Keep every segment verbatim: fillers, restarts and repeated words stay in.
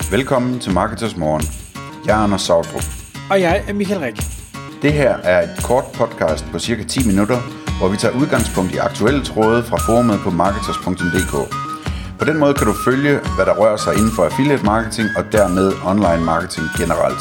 Velkommen til Marketers Morgen. Jeg er Anders Sautrup. Og jeg er Michael Rik. Det her er et kort podcast på cirka ti minutter, hvor vi tager udgangspunkt i aktuelle tråde fra forumet på marketers punktum d k. På den måde kan du følge, hvad der rører sig inden for affiliate marketing og dermed online marketing generelt.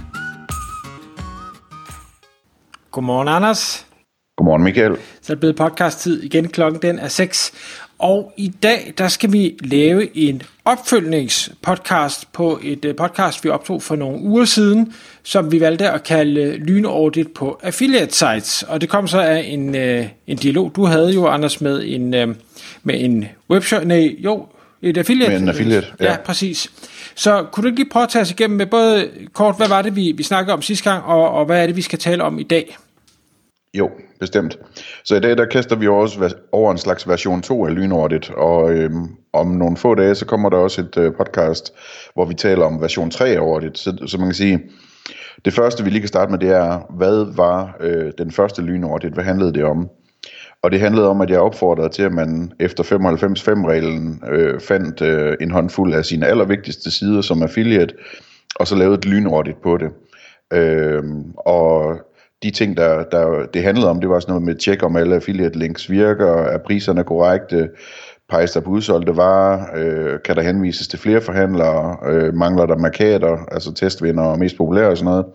Godmorgen, Anders. Godmorgen, Michael. Så er det blevet podcast-tid igen. Klokken den er seks. Og i dag, der skal vi lave en opfølgningspodcast på et podcast, vi optog for nogle uger siden, som vi valgte at kalde Lynaudit på Affiliate Sites. Og det kom så af en, en dialog, du havde jo, Anders, med en, med en webshop, nej, jo, et affiliate. Med en affiliate, ja. Ja, præcis. Så kunne du ikke lige prøve at tage os igennem med både kort, hvad var det, vi, vi snakkede om sidste gang, og, og hvad er det, vi skal tale om i dag? Jo, bestemt. Så i dag der kaster vi også over en slags version to af Lynaudit, og øhm, om nogle få dage, så kommer der også et øh, podcast, hvor vi taler om version tre af Audit. Så, så man kan sige, det første vi lige kan starte med, det er, hvad var øh, den første Lynaudit? Hvad handlede det om? Og det handlede om, at jeg opfordrede til, at man efter femoghalvfems fem-reglen øh, fandt øh, en håndfuld af sine allervigtigste sider som affiliate, og så lavede et Lynaudit på det. Øh, og de ting, der, der det handlede om, det var sådan noget med tjek om alle affiliate links virker, er priserne korrekte, peges der på udsolgte varer, øh, kan der henvises til flere forhandlere, øh, mangler der markader, altså testvinder og mest populære og sådan noget.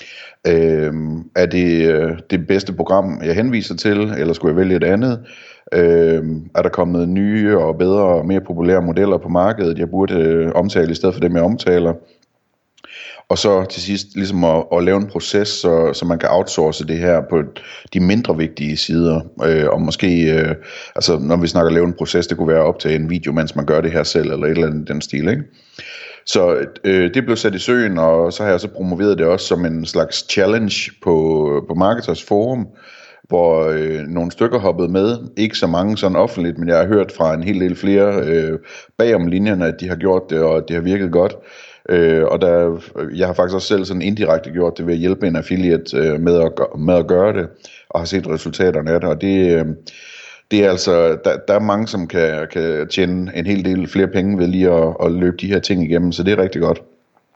Øh, er det øh, det bedste program, jeg henviser til, eller skulle jeg vælge et andet? Øh, er der kommet nye og bedre og mere populære modeller på markedet, jeg burde øh, omtale i stedet for dem, jeg omtaler? Og så til sidst ligesom at, at lave en proces, så, så man kan outsource det her på de mindre vigtige sider. Øh, og måske, øh, altså når vi snakker lave en proces, det kunne være at optage en video, mens man gør det her selv, eller et eller andet den stil, ikke? Så øh, det blev sat i søen, og så har jeg så promoveret det også som en slags challenge på, på Marketers Forum, hvor øh, nogle stykker hoppede med, ikke så mange sådan offentligt, men jeg har hørt fra en hel del flere øh, bagom linjerne, at de har gjort det, og det har virket godt. Øh, og der, jeg har faktisk også selv sådan indirekte gjort det ved at hjælpe en affiliate øh, med, at, med at gøre det, og har set resultaterne af det, og det, øh, det er altså, der, der er mange, som kan, kan tjene en hel del flere penge ved lige at, at løbe de her ting igennem, så det er rigtig godt.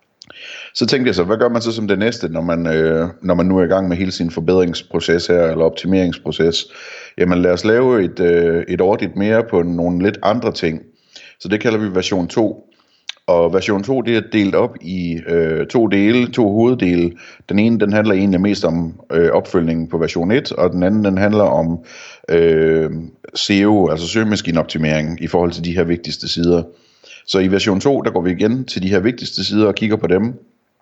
Så tænkte jeg så, hvad gør man så som det næste, når man, øh, når man nu er i gang med hele sin forbedringsproces her, eller optimeringsproces? Jamen lad os lave et, øh, et audit mere på nogle lidt andre ting, så det kalder vi version to. Og version to, det er delt op i øh, to dele, to hoveddele. Den ene, den handler egentlig mest om øh, opfølgningen på version et, og den anden, den handler om øh, S E O, altså søgemaskineoptimering, i forhold til de her vigtigste sider. Så i version to, der går vi igen til de her vigtigste sider og kigger på dem.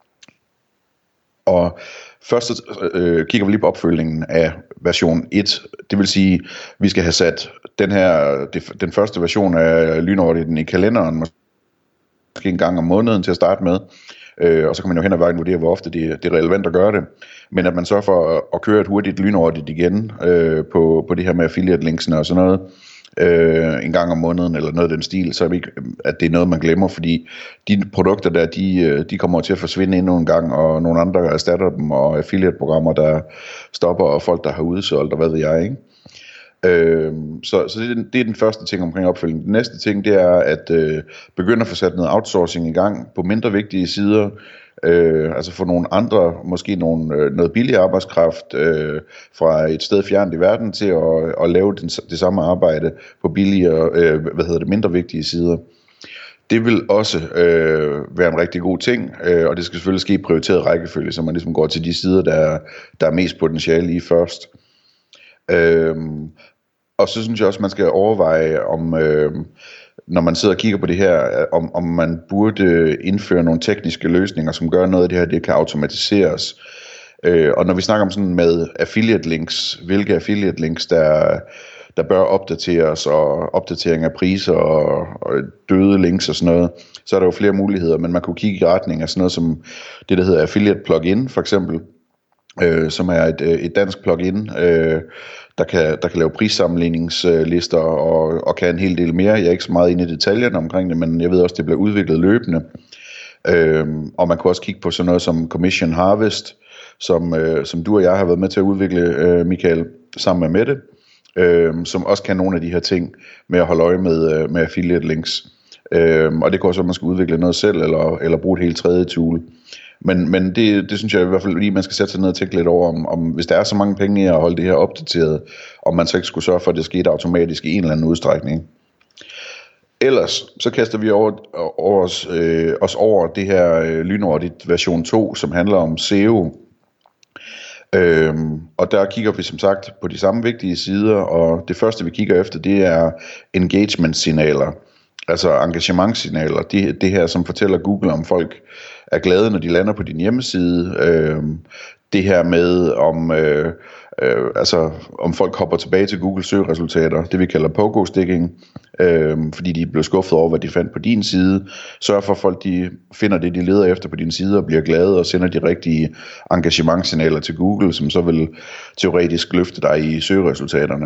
Og først øh, kigger vi lige på opfølgningen af version et. Det vil sige, vi skal have sat den her, den første version af Lynauditen i kalenderen, måske en gang om måneden til at starte med, øh, og så kan man jo hen ad vejen vurdere, hvor ofte det, det er relevant at gøre det, men at man sørger for at, at køre et hurtigt Lynaudit igen øh, på, på det her med affiliate linksene og sådan noget, øh, en gang om måneden eller noget af den stil, så er det ikke, at det er noget man glemmer, fordi de produkter der, de, de kommer til at forsvinde endnu en gang, og nogle andre erstatter dem, og affiliate-programmer der stopper, og folk der har udsolgt, og hvad ved jeg, ikke? Øh, så så det, er den, det er den første ting omkring opfølgning. Den næste ting, det er at øh, begynde at få sat noget outsourcing i gang på mindre vigtige sider, øh, altså få nogle andre, måske nogle, øh, noget billig arbejdskraft øh, fra et sted fjernt i verden til at, at lave den, det samme arbejde på billigere, øh, hvad hedder det, mindre vigtige sider. Det vil også øh, være en rigtig god ting, øh, og det skal selvfølgelig ske i prioriteret rækkefølge, så man ligesom går til de sider, der, der er mest potentiale i først. Øhm, og så synes jeg også, man skal overveje, om øh, når man sidder og kigger på det her, om, om man burde indføre nogle tekniske løsninger, som gør noget af det her, det kan automatiseres. Øh, og når vi snakker om sådan med affiliate links, hvilke affiliate links, der, der bør opdateres, og opdatering af priser, og, og døde links og sådan noget, så er der jo flere muligheder, men man kunne kigge i retning af sådan noget som det, der hedder affiliate plugin, for eksempel. Øh, som er et, et dansk plugin, øh, der, kan, der kan lave prissammenligningslister og, og kan en hel del mere. Jeg er ikke så meget inde i detaljerne omkring det, men jeg ved også, det bliver udviklet løbende. Øh, og man kan også kigge på sådan noget som Commission Harvest, som, øh, som du og jeg har været med til at udvikle, øh, Michael, sammen med Mette, øh, som også kan nogle af de her ting med at holde øje med, øh, med affiliate links. øh, og det går så, at man skal udvikle noget selv, eller, eller bruge et helt tredje tool. Men, men det, det synes jeg i hvert fald lige, man skal sætte sig ned og tænke lidt over, om, om hvis der er så mange penge i at holde det her opdateret, om man så ikke skulle sørge for, at det skete automatisk i en eller anden udstrækning. Ellers så kaster vi over, over os, øh, os over det her øh, Lynaudit version to, som handler om S E O. Øhm, og der kigger vi som sagt på de samme vigtige sider, og det første vi kigger efter, det er engagement-signaler, altså engagementsignaler. Det, det her, som fortæller Google, om folk er glade, når de lander på din hjemmeside. Øhm, det her med, om, øh, øh, altså, om folk hopper tilbage til Google søgeresultater, det vi kalder pogo-sticking, øh, fordi de blev skuffet over, hvad de fandt på din side. Sørg for, at folk de finder det, de leder efter på din side, og bliver glade, og sender de rigtige engagementsignaler til Google, som så vil teoretisk løfte dig i søgeresultaterne.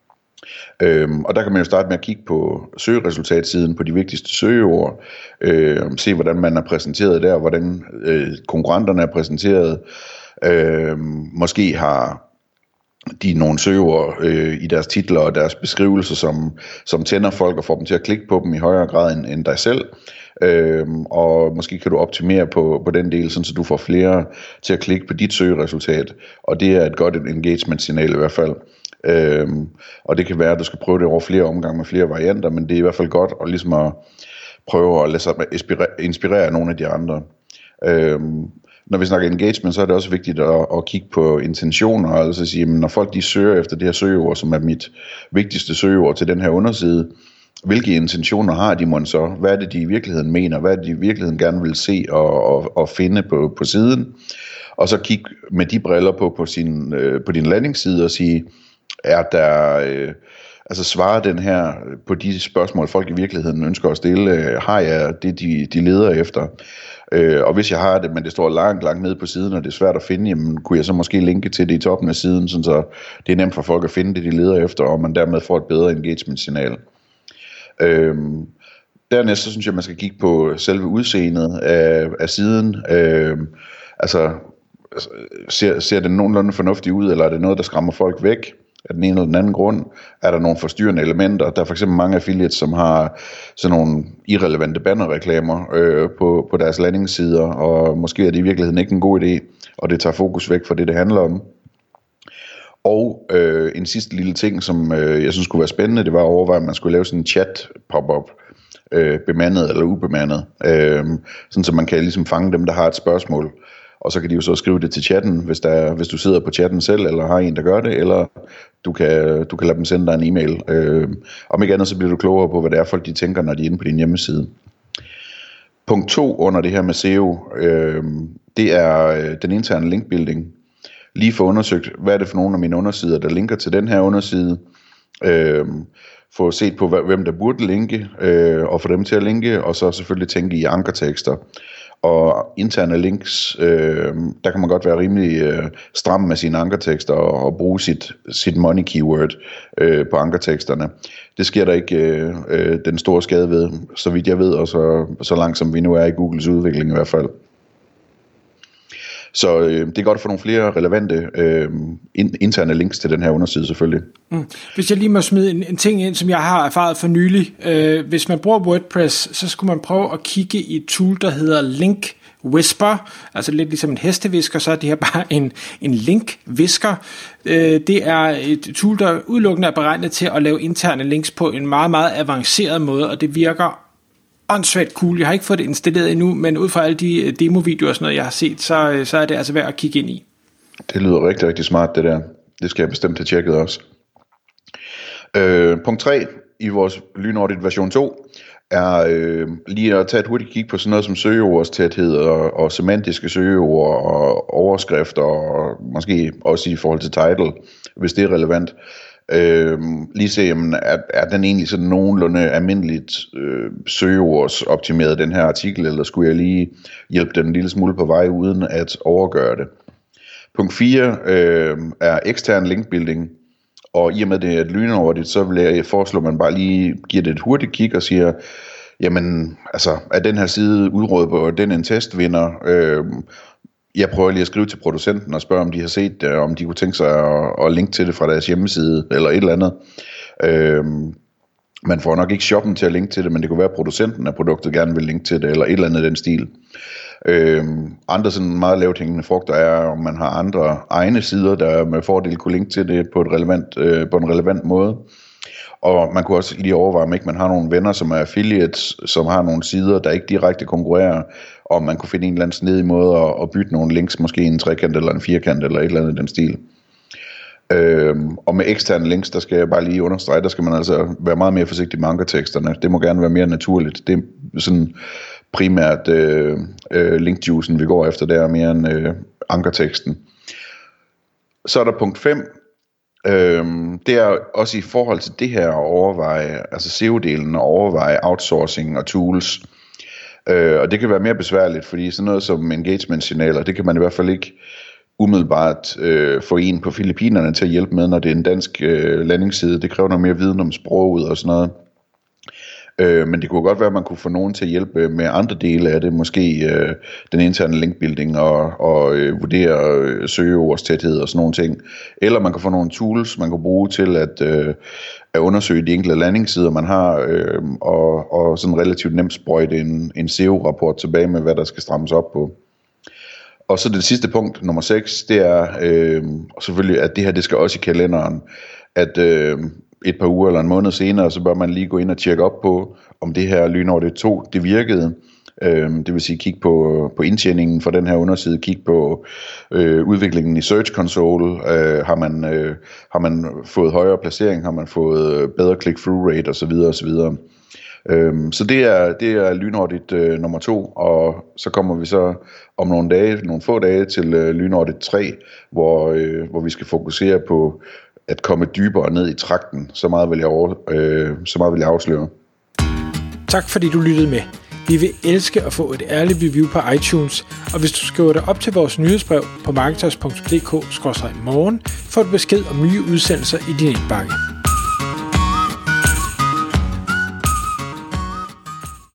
Øhm, og der kan man jo starte med at kigge på søgeresultatsiden, på de vigtigste søgeord, øh, se hvordan man er præsenteret der, hvordan øh, konkurrenterne er præsenteret. Øh, måske har de nogle søgeord øh, i deres titler og deres beskrivelser, som, som tænder folk og får dem til at klikke på dem i højere grad end, end dig selv. Øhm, og måske kan du optimere på, på den del, sådan, så du får flere til at klikke på dit søgeresultat, og det er et godt engagement signal i hvert fald. Øhm, og det kan være, at du skal prøve det over flere omgange med flere varianter, men det er i hvert fald godt at, ligesom at prøve at lade sig inspirere, inspirere nogle af de andre. Øhm, når vi snakker engagement, så er det også vigtigt at, at kigge på intentioner, altså at sige, når folk de søger efter det her søgeord, som er mit vigtigste søgeord til den her underside, hvilke intentioner har de mon så? Hvad er det, de i virkeligheden mener? Hvad er det, de i virkeligheden gerne vil se og, og, og finde på, på siden? Og så kig med de briller på, på, sin, øh, på din landingsside og sige, er der, øh, altså svarer den her på de spørgsmål, folk i virkeligheden ønsker at stille, øh, har jeg det, de, de leder efter? Øh, og hvis jeg har det, men det står langt, langt nede på siden, og det er svært at finde, jamen kunne jeg så måske linke til det i toppen af siden, sådan så det er nemt for folk at finde det, de leder efter, og man dermed får et bedre engagement-signal. Øhm, dernæst så synes jeg, man skal kigge på selve udseendet af, af siden. Øhm, altså, ser, ser det nogenlunde fornuftigt ud, eller er det noget, der skræmmer folk væk af den ene eller den anden grund? Er der nogle forstyrrende elementer? Der er for eksempel mange affiliates, som har sådan nogle irrelevante bannerreklamer øh, på, på deres landingssider, og måske er det i virkeligheden ikke en god idé, og det tager fokus væk fra det, det handler om. Og øh, en sidste lille ting, som øh, jeg synes kunne være spændende, det var at overveje, at man skulle lave sådan en chat pop-up, øh, bemandet eller ubemandet, øh, sådan så man kan ligesom fange dem, der har et spørgsmål, og så kan de jo så skrive det til chatten, hvis, der, hvis du sidder på chatten selv, eller har en, der gør det, eller du kan, du kan lade dem sende dig en e-mail. Øh, om ikke andet, så bliver du klogere på, hvad det er, folk de tænker, når de er inde på din hjemmeside. Punkt to under det her med S E O, øh, det er øh, den interne linkbuilding. Lige få undersøgt, hvad er det for nogle af mine undersider, der linker til den her underside. Øh, få set på, hvem der burde linke, øh, og få dem til at linke, og så selvfølgelig tænke i ankertekster. Og interne links, øh, der kan man godt være rimelig øh, stram med sine ankertekster og, og bruge sit, sit money keyword øh, på ankerteksterne. Det sker der ikke øh, øh, den store skade ved, så vidt jeg ved, og så, så langt som vi nu er i Googles udvikling i hvert fald. Så øh, det er godt at få nogle flere relevante øh, interne links til den her underside selvfølgelig. Mm. Hvis jeg lige må smide en, en ting ind, som jeg har erfaret for nylig. Øh, hvis man bruger WordPress, så skulle man prøve at kigge i et tool, der hedder Link Whisper, altså lidt ligesom en hestevisker, så er det her bare en, en link-visker. Øh, det er et tool, der udelukkende er beregnet til at lave interne links på en meget, meget avanceret måde, og det virker åndssvagt cool. Jeg har ikke fået det installeret endnu, men ud fra alle de demovideoer og sådan noget, jeg har set, så, så er det altså værd at kigge ind i. Det lyder rigtig, rigtig smart, det der. Det skal jeg bestemt have tjekket også. Øh, punkt tre i vores Lynaudit version to er øh, lige at tage et hurtigt kig på sådan noget som søgeordstæthed og, og semantiske søgeord og overskrifter, og måske også i forhold til title, hvis det er relevant. Øh, lige se, jamen, er, er den egentlig sådan nogenlunde almindeligt øh, søgeordsoptimeret, den her artikel, eller skulle jeg lige hjælpe den en lille smule på vej, uden at overgøre det. Punkt fire øh, er ekstern linkbuilding, og i og med det er et Lynaudit, så vil jeg foreslå, at man bare lige giver det et hurtigt kig og siger, jamen, altså, er den her side udrådet på den en testvinder? Øh, Jeg prøver lige at skrive til producenten og spørge, om de har set det, om de kunne tænke sig at, at linke til det fra deres hjemmeside, eller et eller andet. Øhm, Man får nok ikke shoppen til at linke til det, men det kunne være, at producenten af produktet gerne vil linke til det, eller et eller andet i den stil. Øhm, andre sådan meget lavt hængende frugter er, om man har andre egne sider, der med fordel kunne linke til det på, et relevant, øh, på en relevant måde. Og man kunne også lige overveje, om ikke man har nogle venner, som er affiliates, som har nogle sider, der ikke direkte konkurrerer, og man kunne finde en eller anden snedig måde at, at bytte nogle links, måske en trekant eller en firkant eller et eller andet i den stil. Øhm, og med eksterne links, der skal jeg bare lige understrege, der skal man altså være meget mere forsigtig med ankerteksterne. Det må gerne være mere naturligt. Det er sådan primært øh, øh, linkjuicen, vi går efter, der mere end øh, ankerteksten. Så er der punkt fem. Øhm, det er også i forhold til det her at overveje, altså S E O-delen at overveje outsourcing og tools. Øh, og det kan være mere besværligt, fordi sådan noget som engagement-signaler, det kan man i hvert fald ikke umiddelbart øh, få en på Filippinerne til at hjælpe med, når det er en dansk øh, landingsside. Det kræver noget mere viden om sproget og sådan noget. Øh, men det kunne godt være, at man kunne få nogen til at hjælpe med andre dele af det. Måske øh, den interne linkbuilding og, og øh, vurdere øh, søgeordstæthed og sådan nogle ting. Eller man kan få nogle tools, man kan bruge til at, øh, at undersøge de enkelte landingssider, man har. Øh, og, og sådan relativt nemt sprøjte en, en S E O-rapport tilbage med, hvad der skal strammes op på. Og så det sidste punkt, nummer seks, det er øh, selvfølgelig, at det her, det skal også i kalenderen, at øh, et par uger eller en måned senere, så bør man lige gå ind og tjekke op på, om det her Lynaudit to, det virkede. Øh, det vil sige, kigge på, på indtjeningen for den her underside, kigge på øh, udviklingen i Search Console, øh, har, man, øh, har man fået højere placering, har man fået bedre click-through rate osv. osv. Øhm, så det er, det er Lynaudit øh, nummer to, og så kommer vi så om nogle dage, nogle få dage til øh, Lynaudit tre, hvor, øh, hvor vi skal fokusere på at komme dybere ned i trakten. Så meget vil jeg, over, øh, så meget vil jeg afsløre. Tak fordi du lyttede med. Vi vil elske at få et ærligt review på iTunes, og hvis du skriver dig op til vores nyhedsbrev på marketers punktum d k skråstreg morgen, får du besked om nye udsendelser i din indbakke.